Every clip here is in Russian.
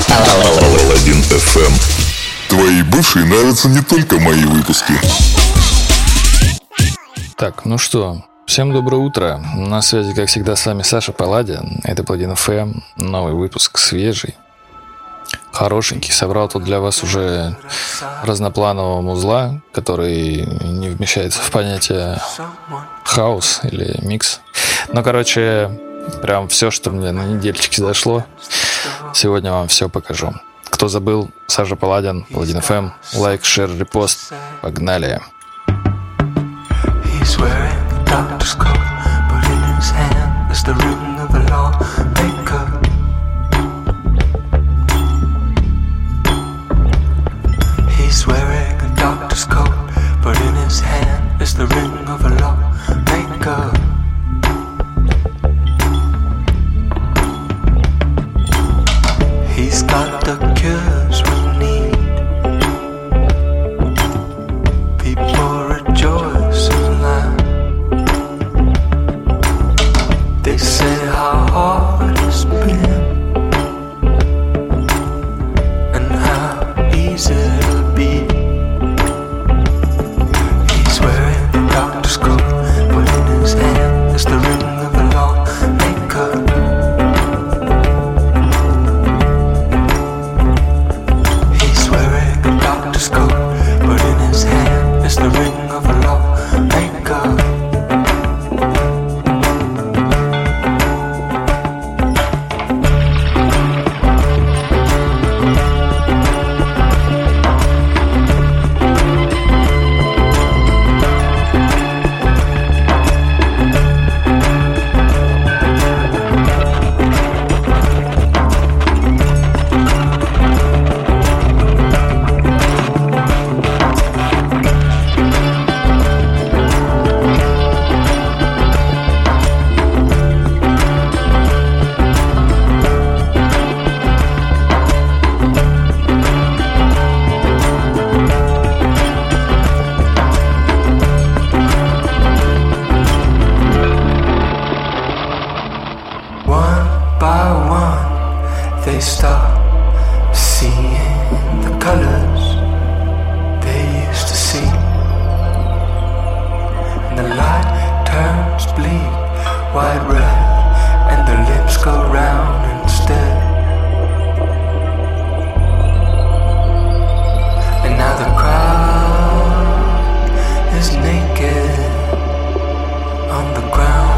Паладин FM. Твоей бывшей нравятся не только мои выпуски. Так, ну что, всем доброе утро. На связи, как всегда, с вами Саша Паладин. Это Паладин FM. Новый выпуск, свежий, хорошенький. Собрал тут для вас уже разнопланового музла, который не вмещается в понятие хаус или микс. Ну, короче, прям все, что мне на недельчике зашло. Сегодня вам все покажу. Кто забыл, Саша Паладин, Паладин FM. Лайк, шер, репост. Погнали. He's wearing a doctor's coat, but in his hand is the ring of a lawmaker. He's wearing a doctor's coat, but in his hand is the ring of a lawmaker. He's got the cures we need. People rejoice and laugh. They say how hard it's been and how easy it'll be. He's wearing the doctor's coat, but in his hand is the ring of a lawmaker. He's wearing a doctor's coat, but in his hand is the ring of a lawmaker. They stop seeing the colors they used to see, and the light turns bleak, white red, and their lips go round instead. And now the crowd is naked on the ground.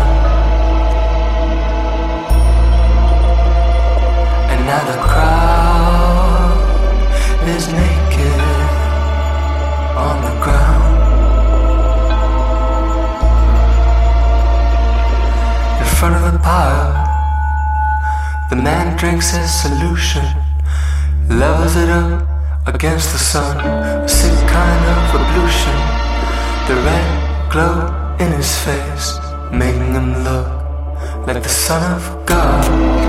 Now the crowd is naked on the ground. In front of the pile, the man drinks his solution, levels it up against the sun, a sick kind of ablution. The red glow in his face, making him look like the Son of God.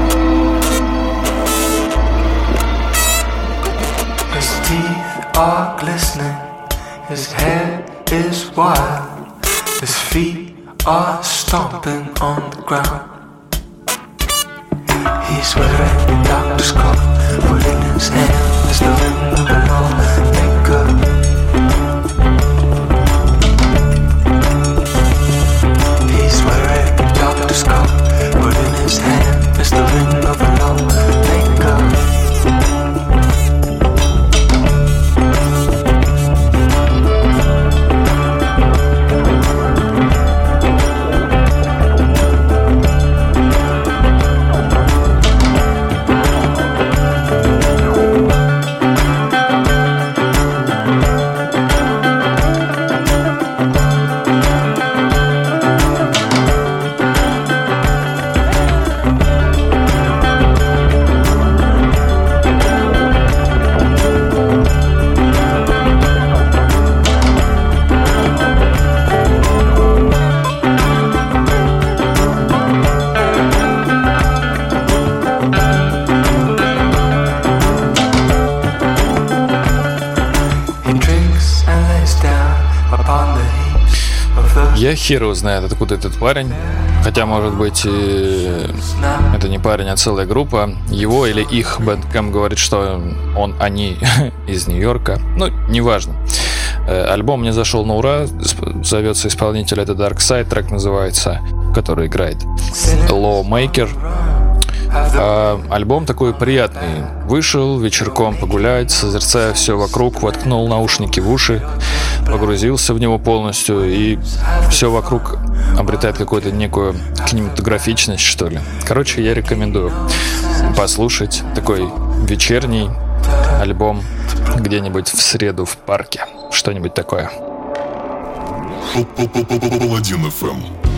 His teeth are glistening, his hair is wild, his feet are stomping on the ground. He's wearing a doctor's coat, but in his hand is the ring of a lawmaker. He's wearing a doctor's coat, but in his hand is the ring of a lawmaker. Я хер его знает, откуда этот парень. Хотя, может быть, это не парень, а целая группа. Его или их Bandcamp говорит, что они из Нью-Йорка. Ну, неважно. Альбом мне зашел на ура. Зовется исполнитель, это Dark Side, трек называется, который играет Lawmaker. Альбом такой приятный. Вышел вечерком погулять, созерцая все вокруг, воткнул наушники в уши, погрузился в него полностью, и все вокруг обретает какую-то некую кинематографичность, что ли. Короче, я рекомендую послушать такой вечерний альбом где-нибудь в среду в парке. Что-нибудь такое. Паладин FM.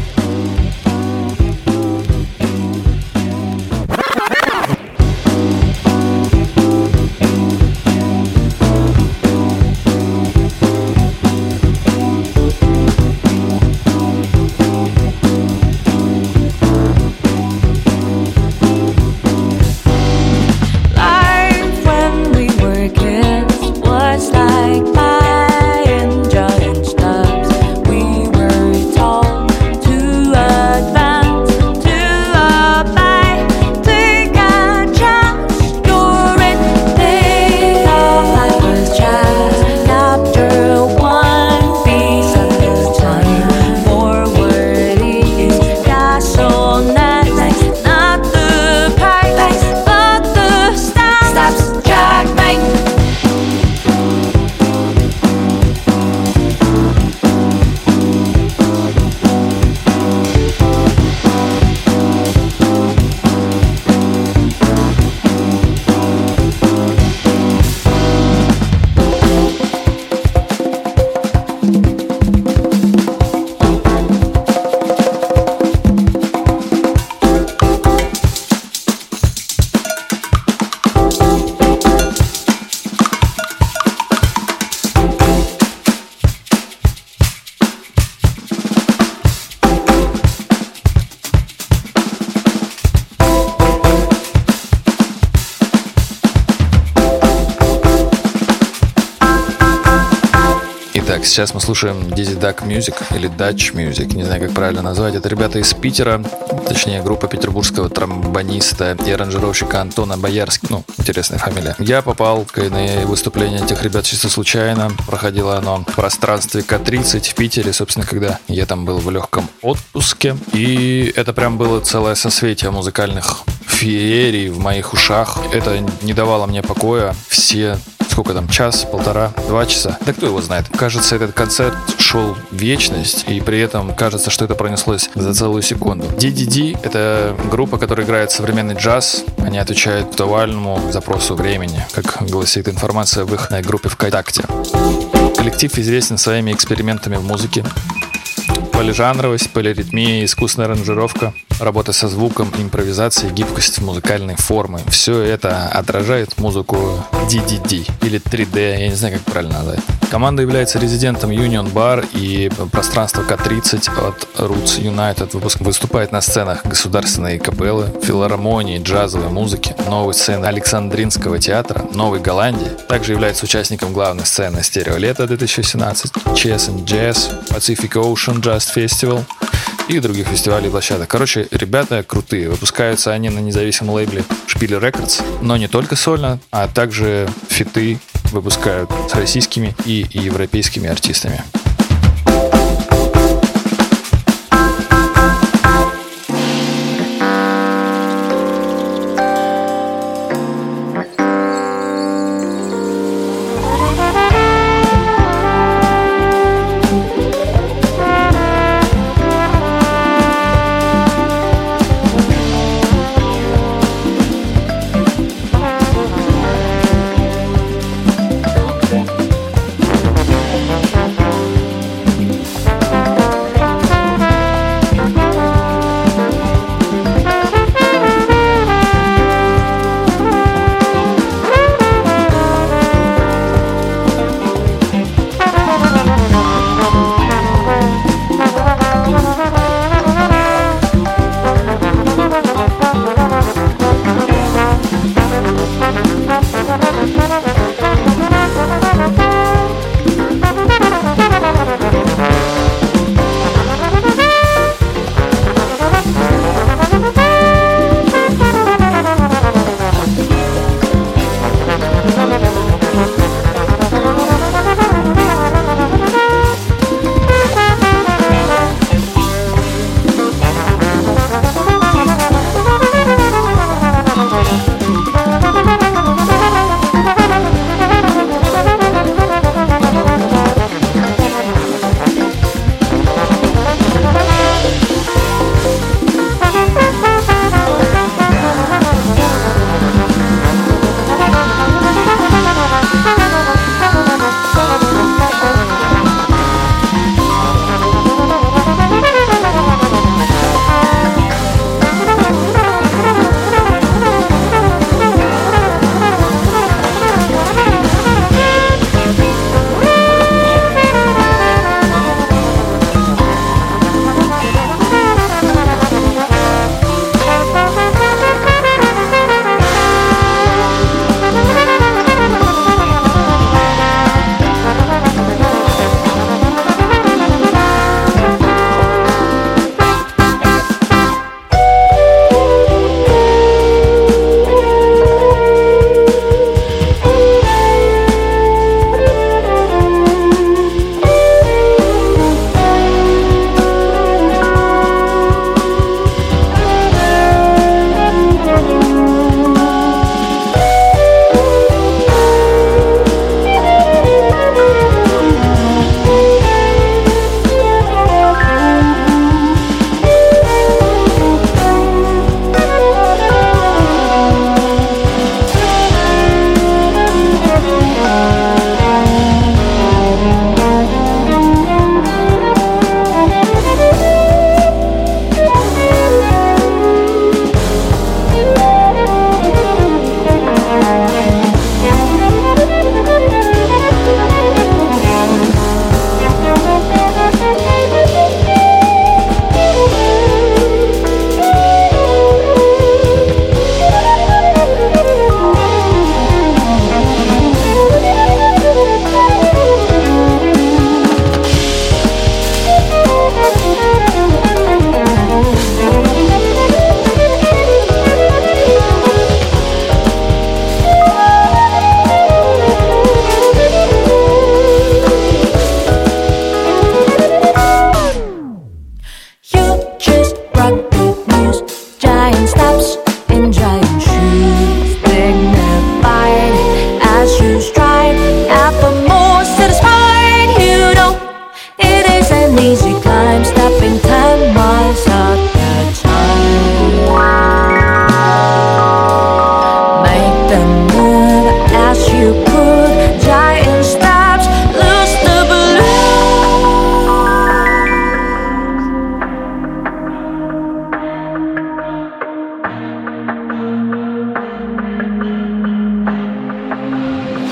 Сейчас мы слушаем Dizzy Duck Music или Dutch Music, не знаю, как правильно назвать. Это ребята из Питера, точнее, группа петербургского тромбониста и аранжировщика Антона Боярский. Ну, интересная фамилия. Я попал на выступление этих ребят чисто случайно. Проходило оно в пространстве К-30 в Питере, собственно, когда я там был в легком отпуске. И это прям было целое соцветие музыкальных феерий в моих ушах. Это не давало мне покоя. Все... Сколько там? Час, полтора, 2 часа? Да кто его знает? Кажется, этот концерт шел в вечность, и при этом кажется, что это пронеслось за целую секунду. DDD — это группа, которая играет современный джаз. Они отвечают актуальному запросу времени, как гласит информация в их группе ВКонтакте. Коллектив известен своими экспериментами в музыке. Полижанровость, полиритмия, искусная аранжировка, работа со звуком, импровизация, гибкость музыкальной формы. Все это отражает музыку DDD или 3D, я не знаю, как правильно назвать. Команда является резидентом Union Bar и пространства К-30 от Roots United. Выступает на сценах государственной капеллы, филармонии, джазовой музыки, новой сцены Александринского театра, Новой Голландии. Также является участником главной сцены Стереолето 2017, Chess and Jazz, Pacific Ocean Jazz Festival и других фестивалей и площадок. Короче, ребята крутые. Выпускаются они на независимом лейбле Шпиле Records, но не только сольно, а также фиты выпускают с российскими и европейскими артистами.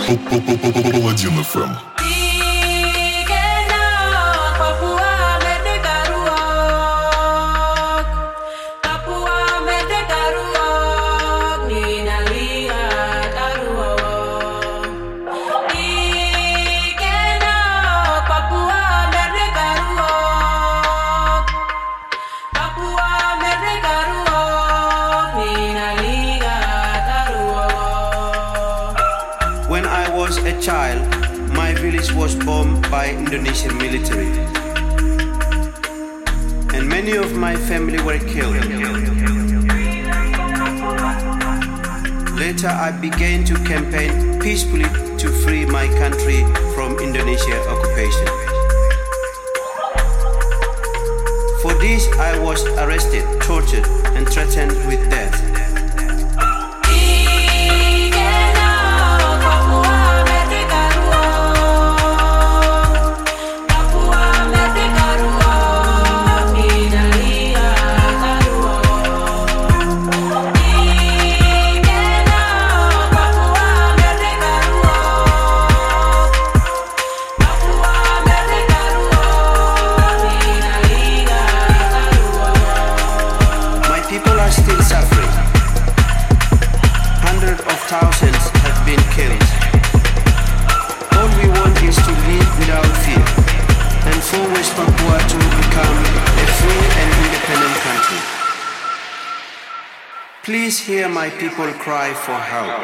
Паладин ФМ. Child, my village was bombed by Indonesian military, and many of my family were killed. Later, I began to campaign peacefully to free my country from Indonesian occupation. For this, I was arrested, tortured, and threatened with death. Thousands have been killed. All we want is to live without fear and for West Papua to become a free and independent country. Please hear my people cry for help.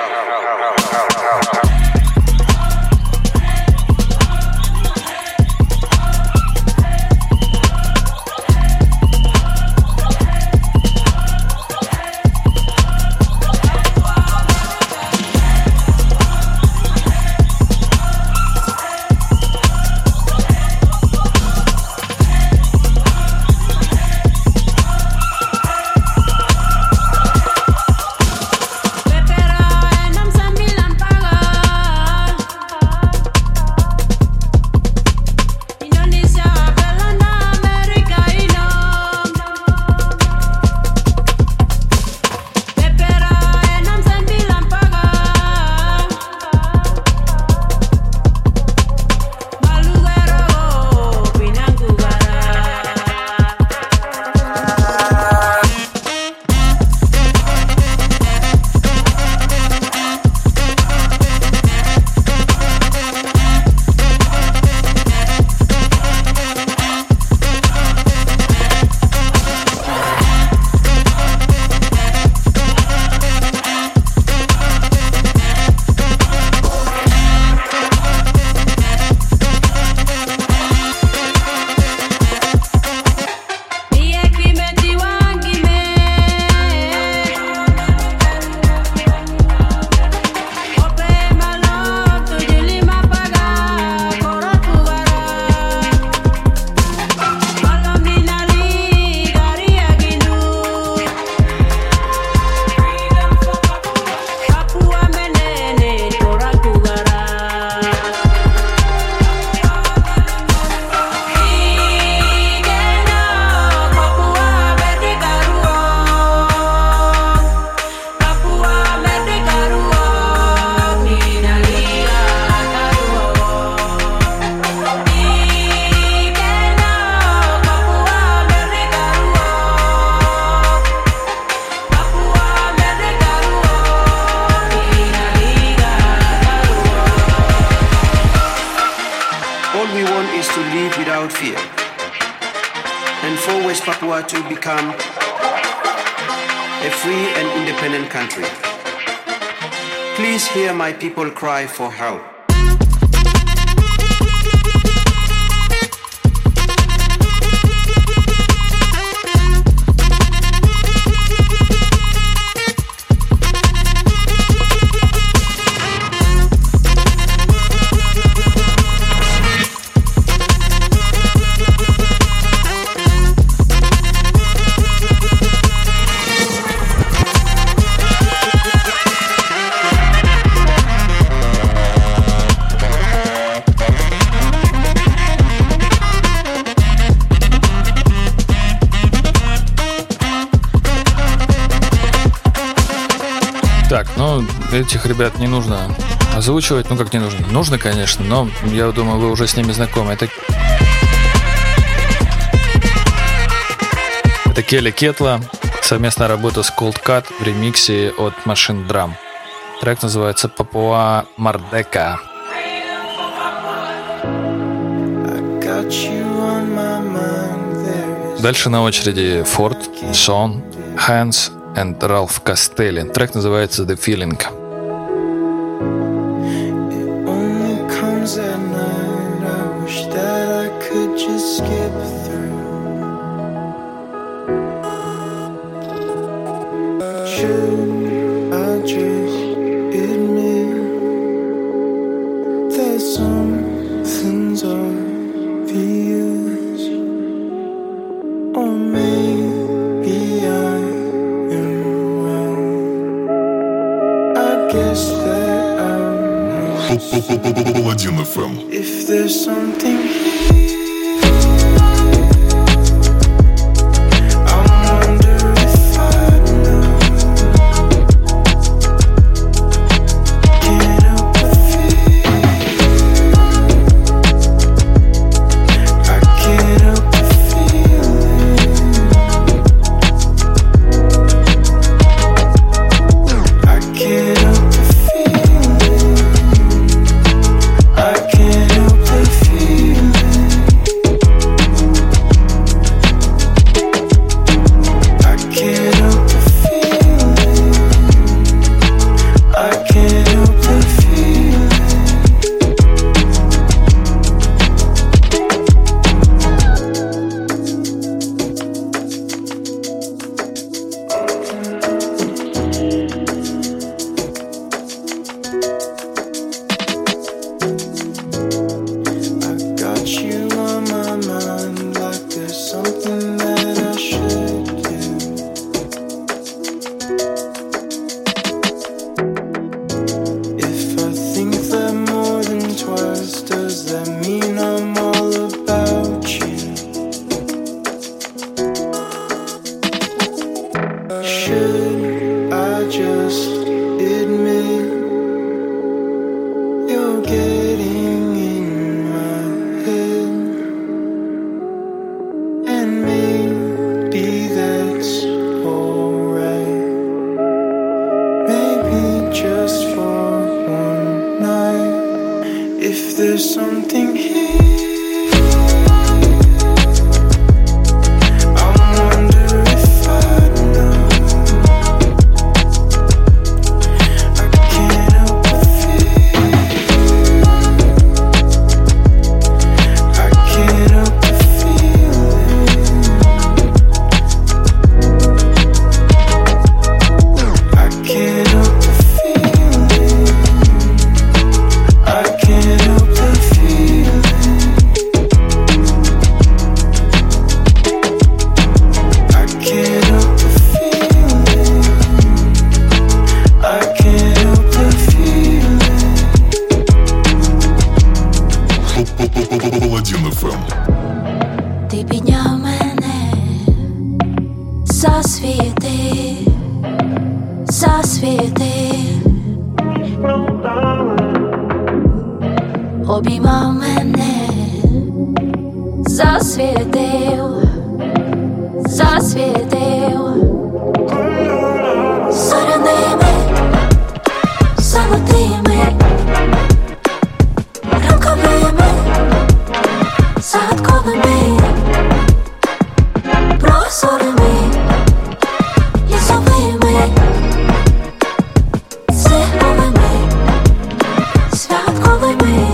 Papua to become a free and independent country. Please hear my people cry for help. Так, ну, этих ребят не нужно озвучивать, ну как не нужно. Нужно, конечно, но я думаю, вы уже с ними знакомы. Это Келли Кетла, совместная работа с Cold Cut в ремиксе от Machine Drum. Трек называется «Папуа Мардека». Дальше на очереди Форд, Шон, Хэнс и Ральф Костелли. Трек называется «The Feeling». Паладин FM. If there's something обіймав мене, засвітив, зоряними, золотими, ранковими, загадковими, прозорими, лісовими, зимовими, святковими.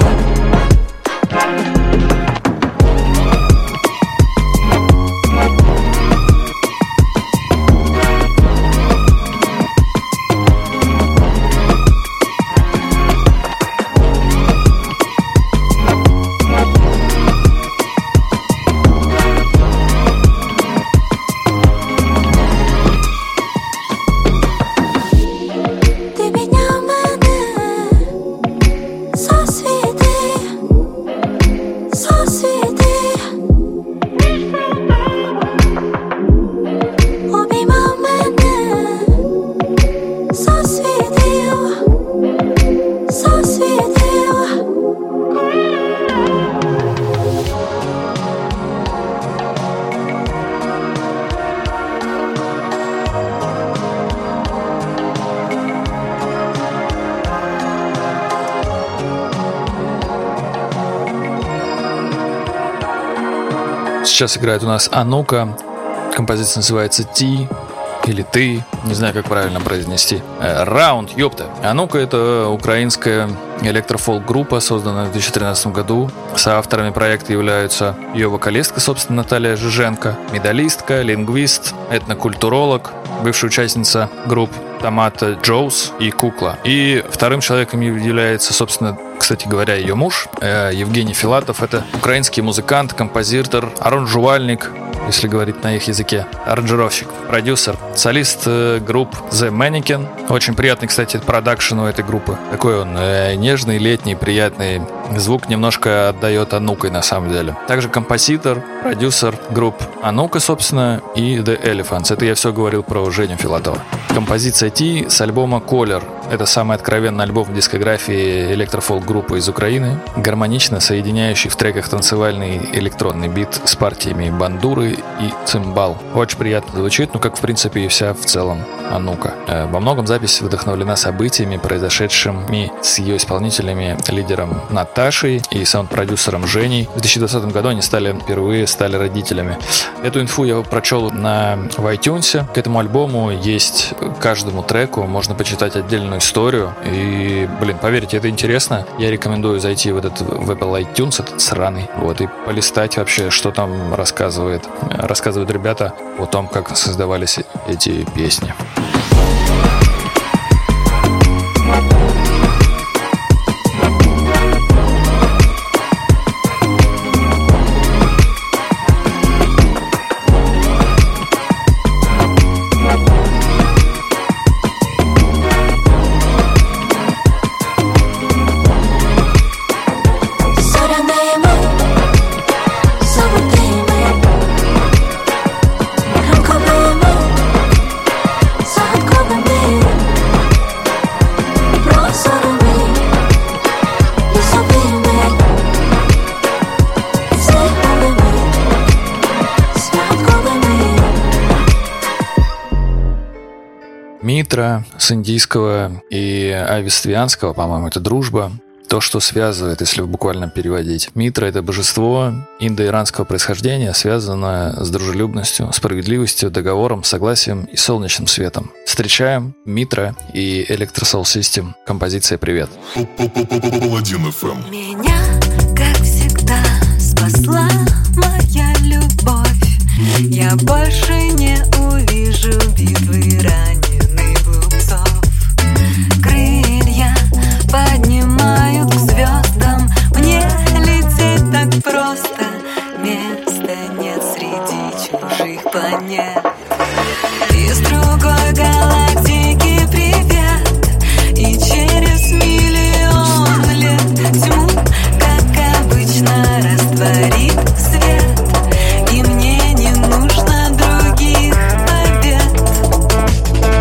сейчас играет у нас Анука. Композиция называется «Ти» или «Ты». Не знаю, как правильно произнести. «Раунд», ёпта. Анука — это украинская электрофолк-группа, созданная в 2013 году. Соавторами проекта являются ее вокалистка, собственно, Наталья Жиженко, медалистка, лингвист, этнокультуролог, бывшая участница групп Томата Джоус и Кукла. И вторым человеком является, собственно, кстати говоря, ее муж Евгений Филатов. Это украинский музыкант, композитор, аранжировальник, если говорить на их языке, аранжировщик, продюсер, солист групп The Mannequin. Очень приятный, кстати, продакшн у этой группы. Такой он нежный, летний, приятный. Звук немножко отдает Анукой на самом деле. Также композитор, продюсер групп Анука, собственно, и The Elephants. Это я все говорил про Женю Филатова. Композиция «Ти» с альбома «Колер». Это самый откровенный альбом в дискографии электрофолк-группы из Украины, гармонично соединяющий в треках танцевальный электронный бит с партиями бандуры и цимбал. Очень приятно звучит, ну как в принципе и вся в целом Анука. Во многом запись вдохновлена событиями, произошедшими с ее исполнителями, лидером Наташей и саунд-продюсером Женей. В 2020 году они впервые стали родителями. Эту инфу я прочел в iTunes. К этому альбому есть каждому треку можно почитать отдельную историю. И, поверьте, это интересно. Я рекомендую зайти в Apple iTunes, этот сраный, и полистать вообще, что там рассказывают ребята о том, как создавались эти песни. Митра с индийского и авестианского, по-моему, это дружба. То, что связывает, если буквально переводить. Митра — это божество индоиранского происхождения, связанное с дружелюбностью, справедливостью, договором, согласием и солнечным светом. Встречаем Митра и Electrosol System. Композиция «Привет». Паладин FM. Меня, как всегда, спасла моя любовь. Я больше не увижу битвы раненых глупцов. Крылья поднимают к звездам. Мне лететь так просто. Места нет среди чужих планет. Из другой галактики привет. И через миллион лет тьму, как обычно, растворит свет. И мне не нужно других побед.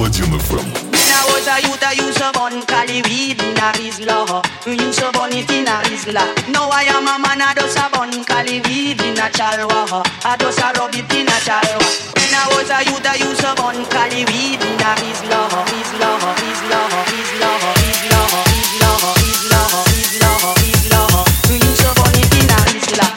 Паладин FM. I was a youth, I used to burn Cali weed in a Rizla. Used to burn it in a Rizla. Now I am a man, I just a burn Cali weed in a Chalwa. I just a rub it in a Chalwa. When I was a youth, I used to burn Cali weed in a Rizla. Rizla, Rizla, Rizla, Rizla, Rizla, Rizla, Rizla, Rizla. Used to burn it in a Rizla.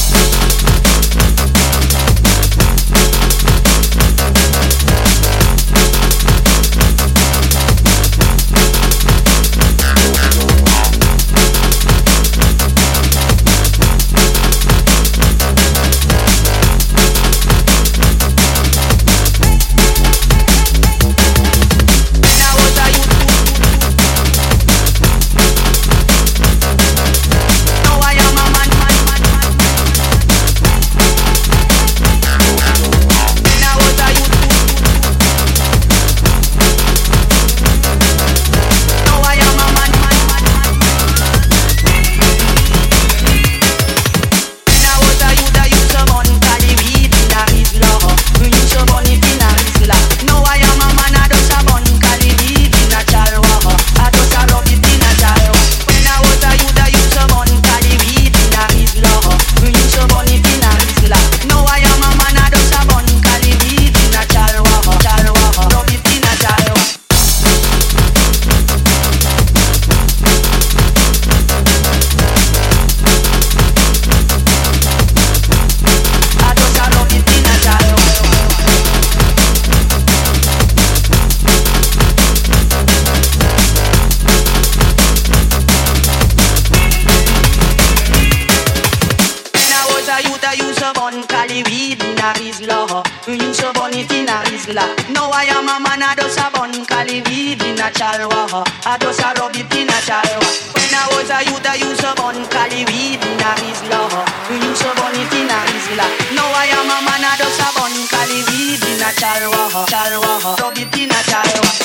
Now I am a man, I just a bun Cali weed in a Chalwa. I just a rub it in a Chalwa. When I was a youth, I used to bun Cali weed in a Rizla. Used to bun it in a Rizla. Now I am a man, I just a bun Cali weed in a Chalwa. Chalwa, rub it in a Chalwa.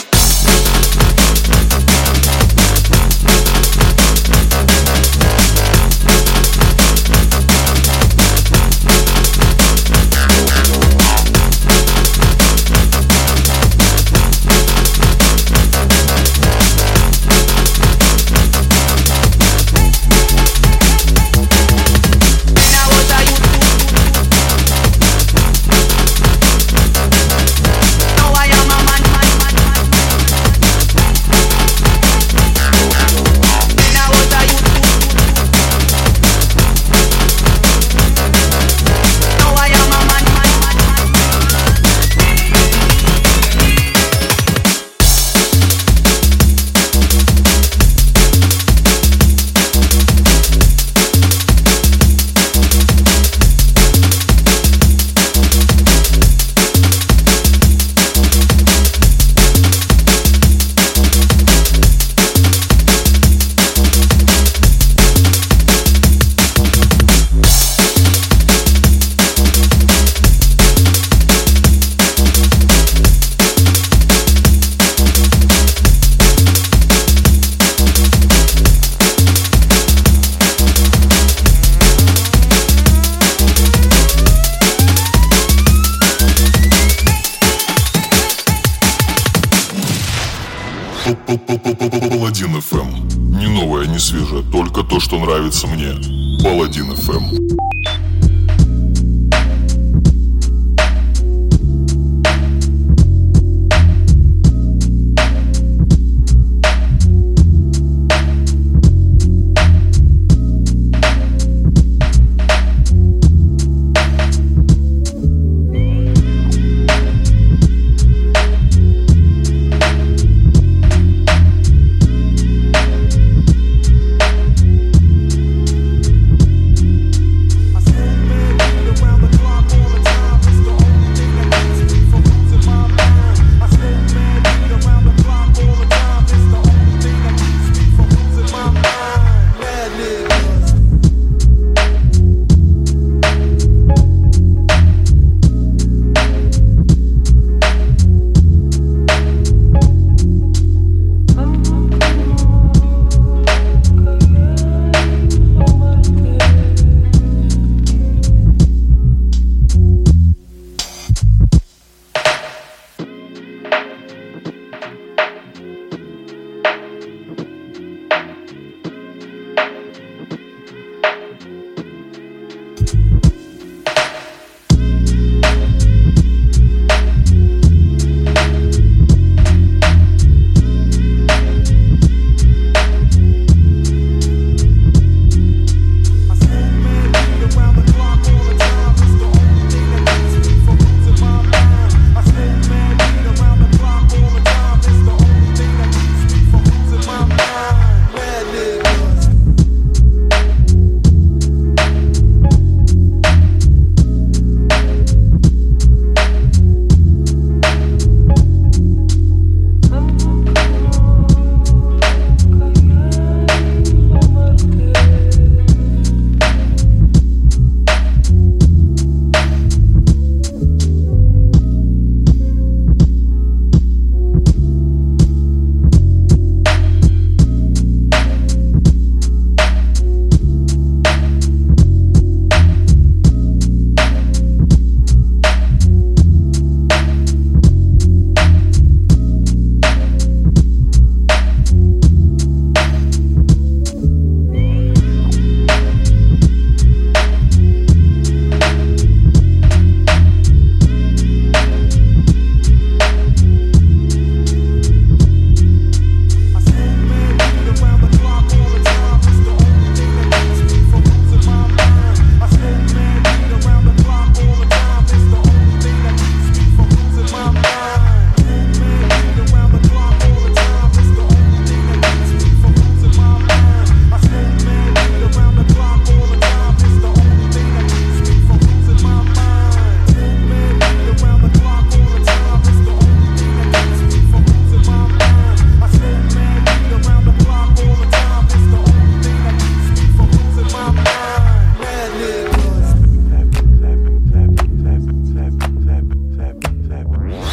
Паладин FM. Не новое, не свежее, только то, что нравится мне. Паладин FM.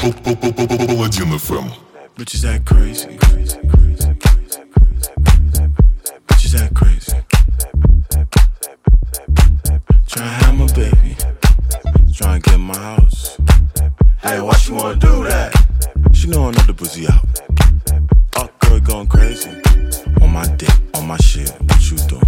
Паладин FM. Bitches act crazy. Bitches act crazy. Try to have my baby. Try and get my house. Hey, why she wanna do that? She know another pussy out. Oh, girl going crazy. On my dick, on my shit. What you doing?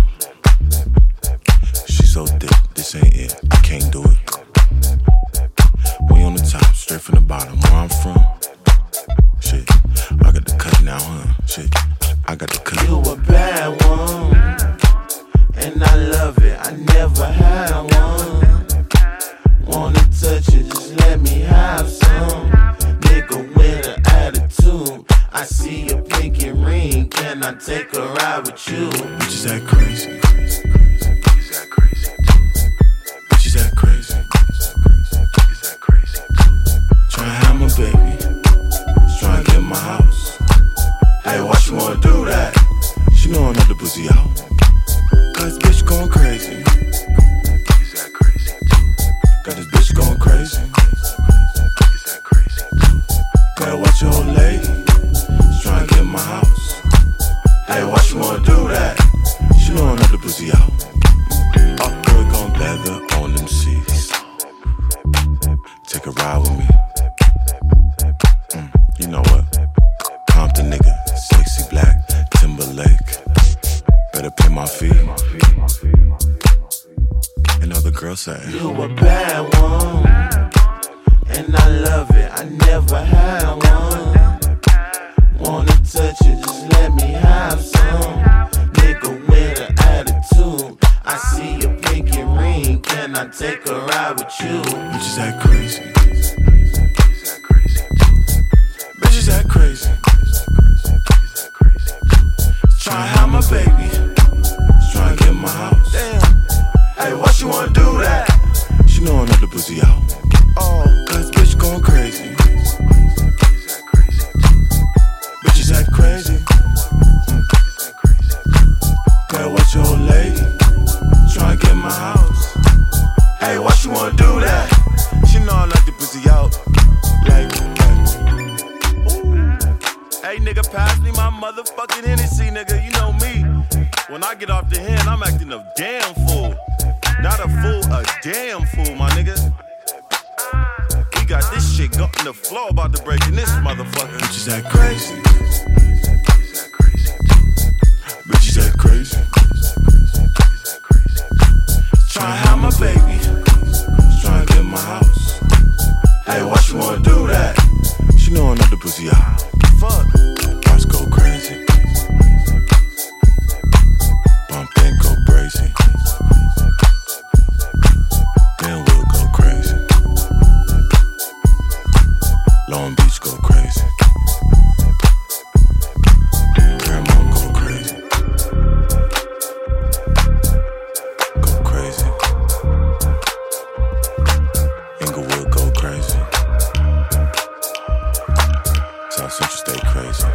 She so thick, this ain't it. I can't do it. We on the top, straight from the bottom. Where I'm from. Shit, I got the cut now, huh? Shit, I got the cut. You a bad one, and I love it. I never had one. Wanna touch it, just let me have some. Nigga with an attitude. I see your pinky ring. Can I take a ride with you? Bitches act crazy. Bitches act crazy. Bitches act crazy. Bitches act crazy. Try to have my baby. Try to get my house. Hey, why she wanna do that? She know another pussy out. Cause bitch going crazy. Bitches act crazy. Got this bitch going crazy. Bitches act crazy. Gotta watch your old lady. She's trying to get my house. Hey, why she wanna do that? She know another pussy out. Up girl gon' leather on them seats. Take a ride with me. You know what? Compton nigga, sexy black, Timberlake. Better pay my fee. And other girls say, you a bad one, and I love it. I never had one. Wanna touch it, just let me have some. Nigga with an attitude. I see your pinky ring. Can I take a ride with you? Bitches act crazy. Bitches act crazy. Try to have my baby. Try to get my house. Damn. Hey, why she wanna do that? She know another pussy out. Oh, cause bitch going crazy. Bitches act crazy. Gotta watch your old lady. Try to get my house. Hey, why she wanna do that? She know I like the pussy out. Like, hey, nigga, pass me my motherfucking Hennessy, nigga. You know me. When I get off the hand, I'm acting a damn fool. Not a fool, a damn fool, my nigga. We got this shit on the floor about to break in this motherfucker. Bitches act crazy. Bitches act crazy. Try to have my baby. Try to get my house. Hey, why she wanna do that? She know another pussy out. Fuck. Watch go crazy. Bump and go crazy. Then we'll go crazy. Long Beach go crazy. Paramount go crazy. Go crazy. Inglewood go crazy. South Central stay crazy.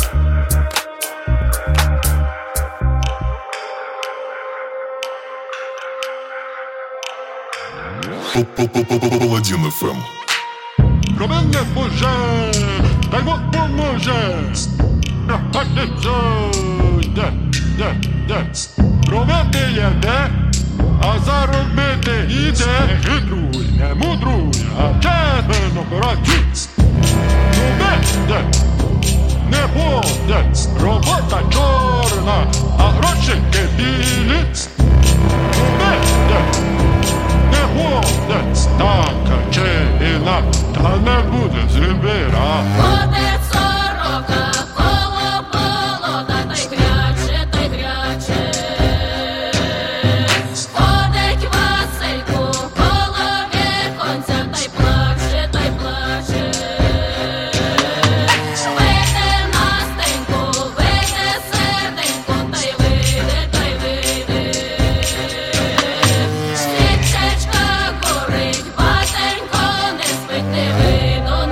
Паладин FM. Promienie Boże, daj Bóg pomoże. Tak nie przejdę, Promienie jedę, a zarobienie idę. Nie hydruj, nie mudruj, a ciebie no poradzi. Promienie, nie płodę, robota czarna, a grosze bieli. Promienie, nie płodę, taka cielina, ta nie буде зребера. Ходить сорока, коло болота, та й гряче, та й гряче. Ходить Васильку, коло віконця, та й плаче, та й плаче. Вийде Настеньку, вийде серденьку, та й вийде, та й вийде. Свічечка горить, батенько не спить, не видно,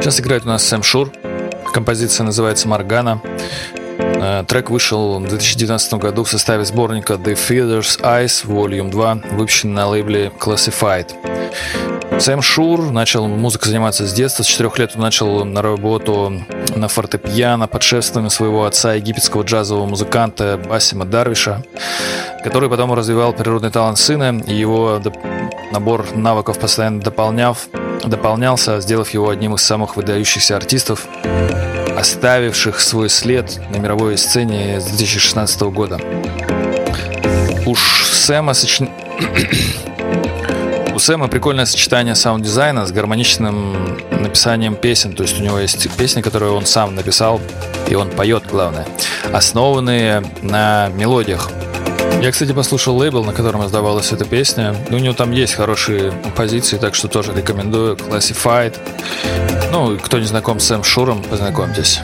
Сейчас играет у нас Сэм Шур. Композиция называется «Моргана». Трек вышел в 2019 году в составе сборника The Feather's Eyes Volume 2, выпущенный на лейбле Classified. Сэм Шур начал музыкой заниматься с детства. С 4 лет он начал на работу на фортепиано под шефством своего отца, египетского джазового музыканта Басима Дарвиша, который потом развивал природный талант сына, и его набор навыков постоянно дополнялся, сделав его одним из самых выдающихся артистов, оставивших свой след на мировой сцене с 2016 года. У Сэма прикольное сочетание саунд-дизайна с гармоничным написанием песен. То есть у него есть песни, которые он сам написал, и он поет, главное, основанные на мелодиях. Я, кстати, послушал лейбл, на котором издавалась эта песня. У него там есть хорошие композиции, так что тоже рекомендую. Classified. Ну, кто не знаком с Сэм Шуром, познакомьтесь.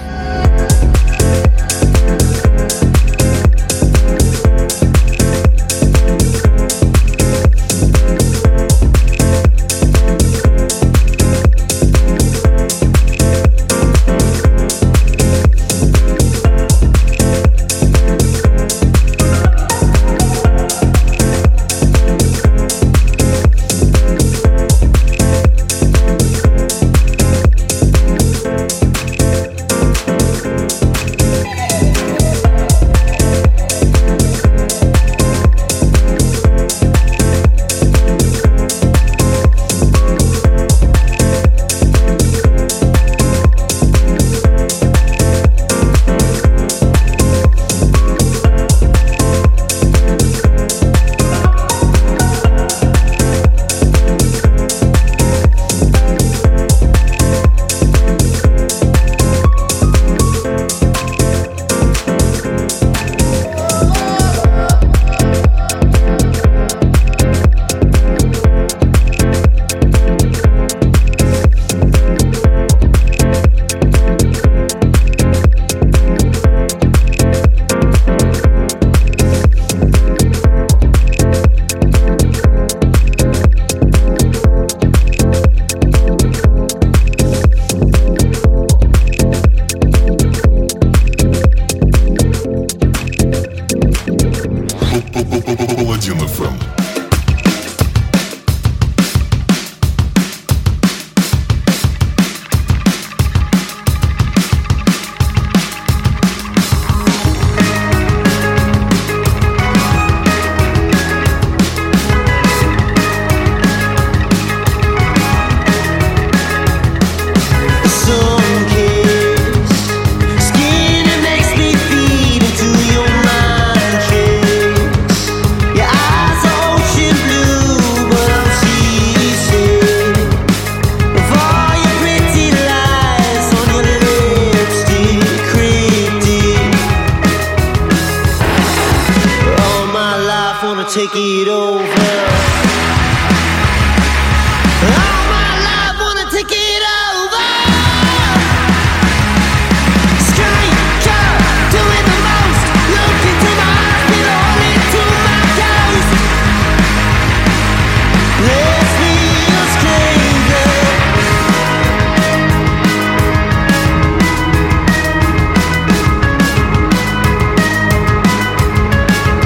Take it over.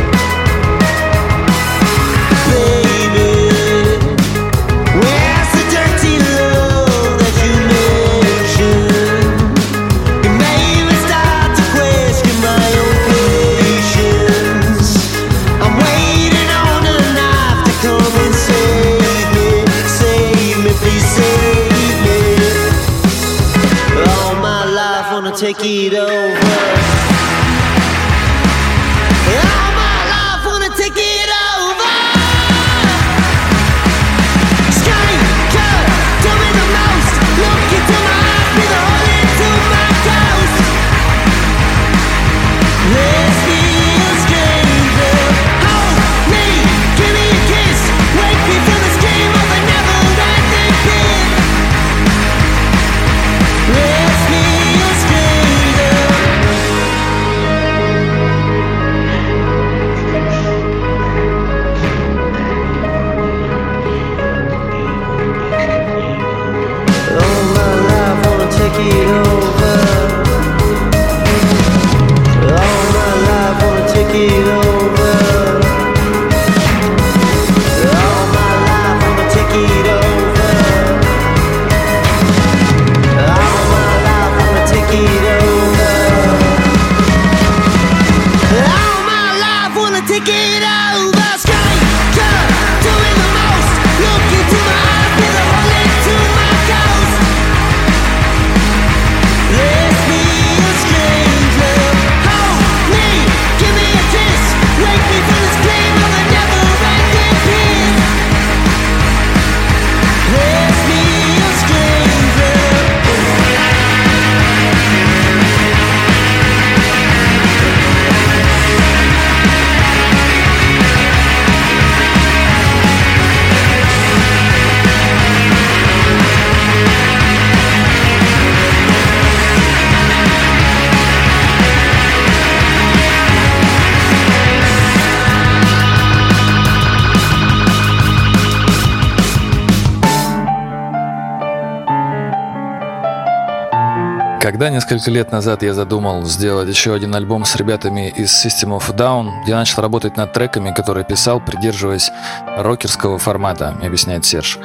Baby, where's the Когда несколько лет назад я задумал сделать еще один альбом с ребятами из System of a Down, я начал работать над треками, которые писал, придерживаясь рокерского формата, объясняет Серж.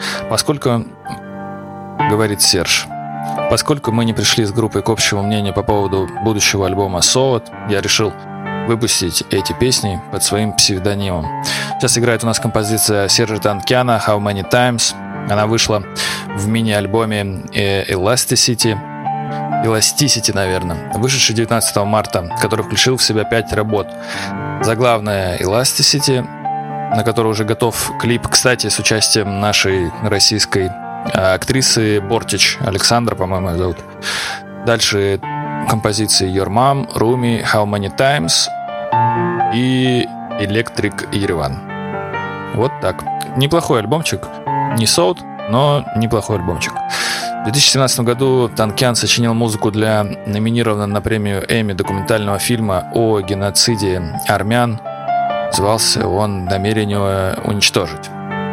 Говорит Серж, поскольку мы не пришли с группой к общему мнению по поводу будущего альбома Solid, я решил выпустить эти песни под своим псевдонимом. Сейчас играет у нас композиция Сержа Танкяна «How Many Times». Она вышла в мини-альбоме Elasticity, наверное, вышедший 19 марта, который включил в себя 5 работ. Заглавная Elasticity, на которой уже готов клип, кстати, с участием нашей российской актрисы Бортич, Александра, по-моему, ее зовут. Дальше композиции Your Mom, Rumi, How Many Times и Electric Yerevan. Вот так. Неплохой альбомчик. Не соут, но неплохой альбомчик. В 2017 году Танкян сочинил музыку для номинированного на премию Эмми документального фильма о геноциде армян. Назывался он «Намерение уничтожить».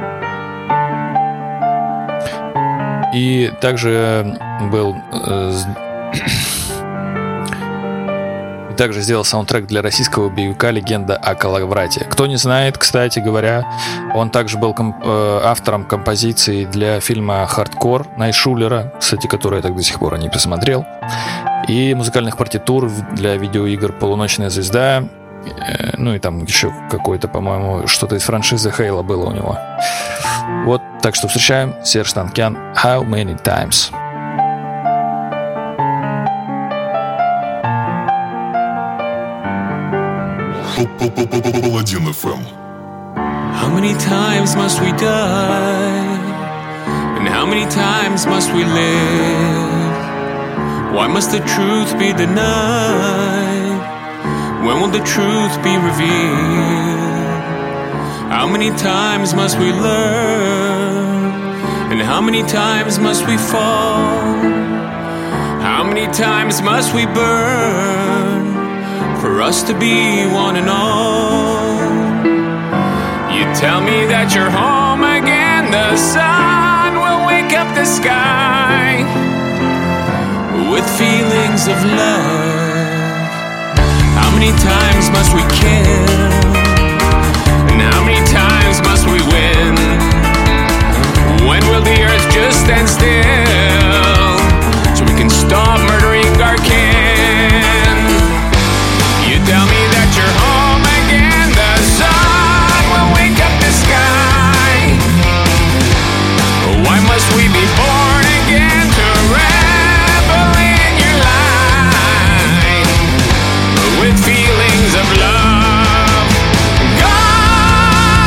И также сделал саундтрек для российского боевика «Легенда о Калаврате». Кто не знает, кстати говоря, он также был автором композиции для фильма «Хардкор» Найшулера, кстати, который я так до сих пор не посмотрел, и музыкальных партитур для видеоигр «Полуночная звезда», ну и там еще какое-то, по-моему, что-то из франшизы Хейла было у него. Вот, так что встречаем Серж Танкян «How Many Times». Паладин FM. How many times must we die? And how many times must we live? Why must the truth be denied? When will the truth be revealed? How many times must we learn? And how many times must we fall? How many times must we burn for us to be one and all? You tell me that you're home again, the sun will wake up the sky with feelings of love. How many times must we kill? And how many times must we win? When will the earth just stand still so we can stop murdering our kin? You tell me that you're home again, the sun will wake up the sky. Why must we be born again to revel in your light with feelings of love? God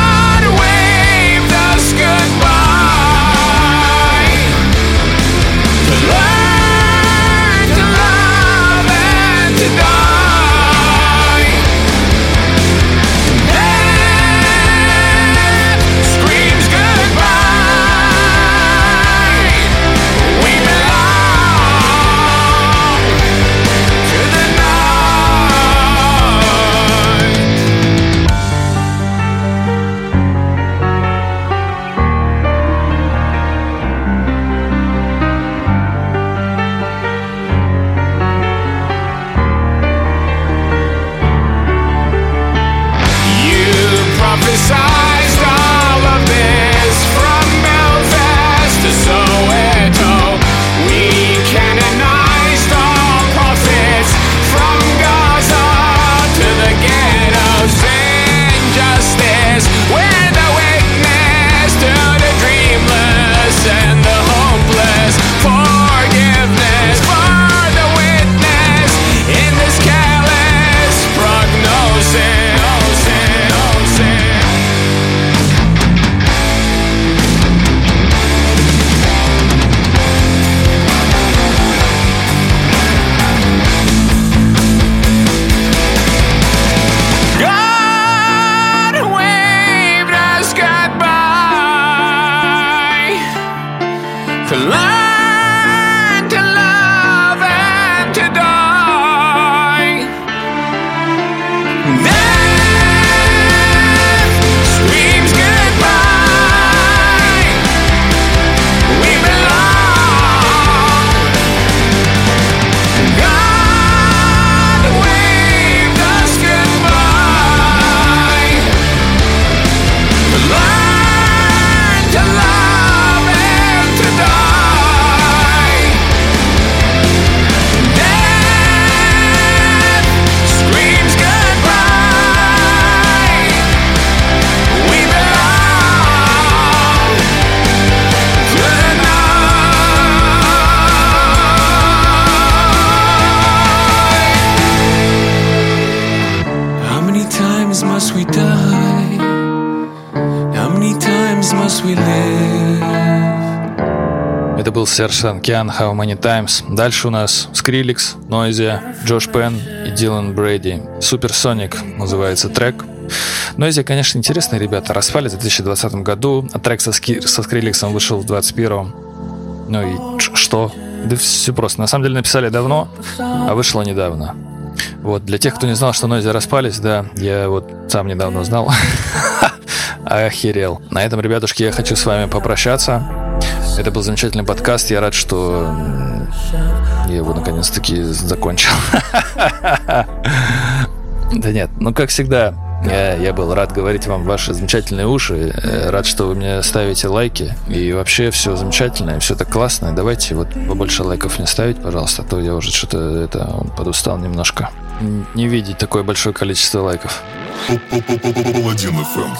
days must we live? Это был Серж Танкиан, How Many Times. Дальше у нас Скриллекс, Нойзи, Джош Пен и Дилан Брейди. Суперсоник называется трек. Нойзи, конечно, интересные ребята. Распались в 2020 году, а трек со Скриллексом вышел в 2021. Ну и что? Да все просто. На самом деле написали давно, а вышло недавно. Вот, для тех, кто не знал, что Нойзи распались, да, я вот сам недавно узнал. Охерел. На этом, ребятушки, я хочу с вами попрощаться. Это был замечательный подкаст. Я рад, что я его наконец-таки закончил. Да нет, ну как всегда, я был рад говорить вам в ваши замечательные уши. Рад, что вы мне ставите лайки. И вообще все замечательно, и все так классно. Давайте вот побольше лайков не ставить, пожалуйста, а то я уже что-то подустал немножко. Не видеть такое большое количество лайков. Паладин FM.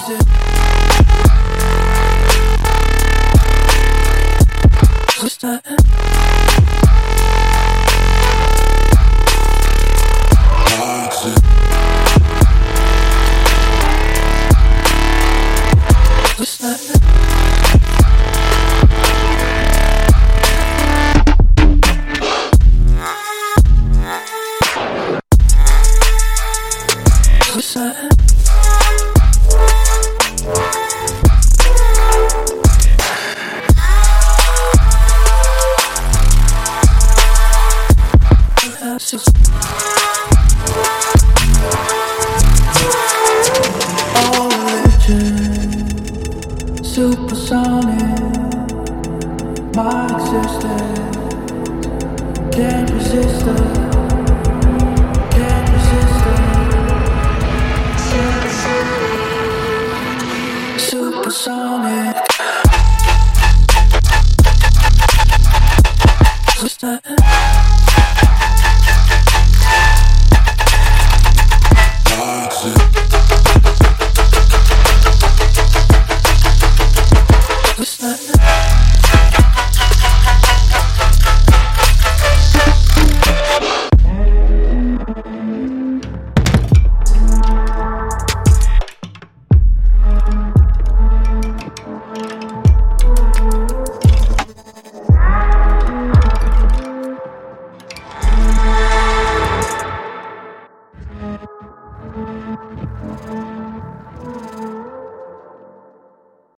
Supersonic, my existence can't resist it, can't resist it. Supersonic.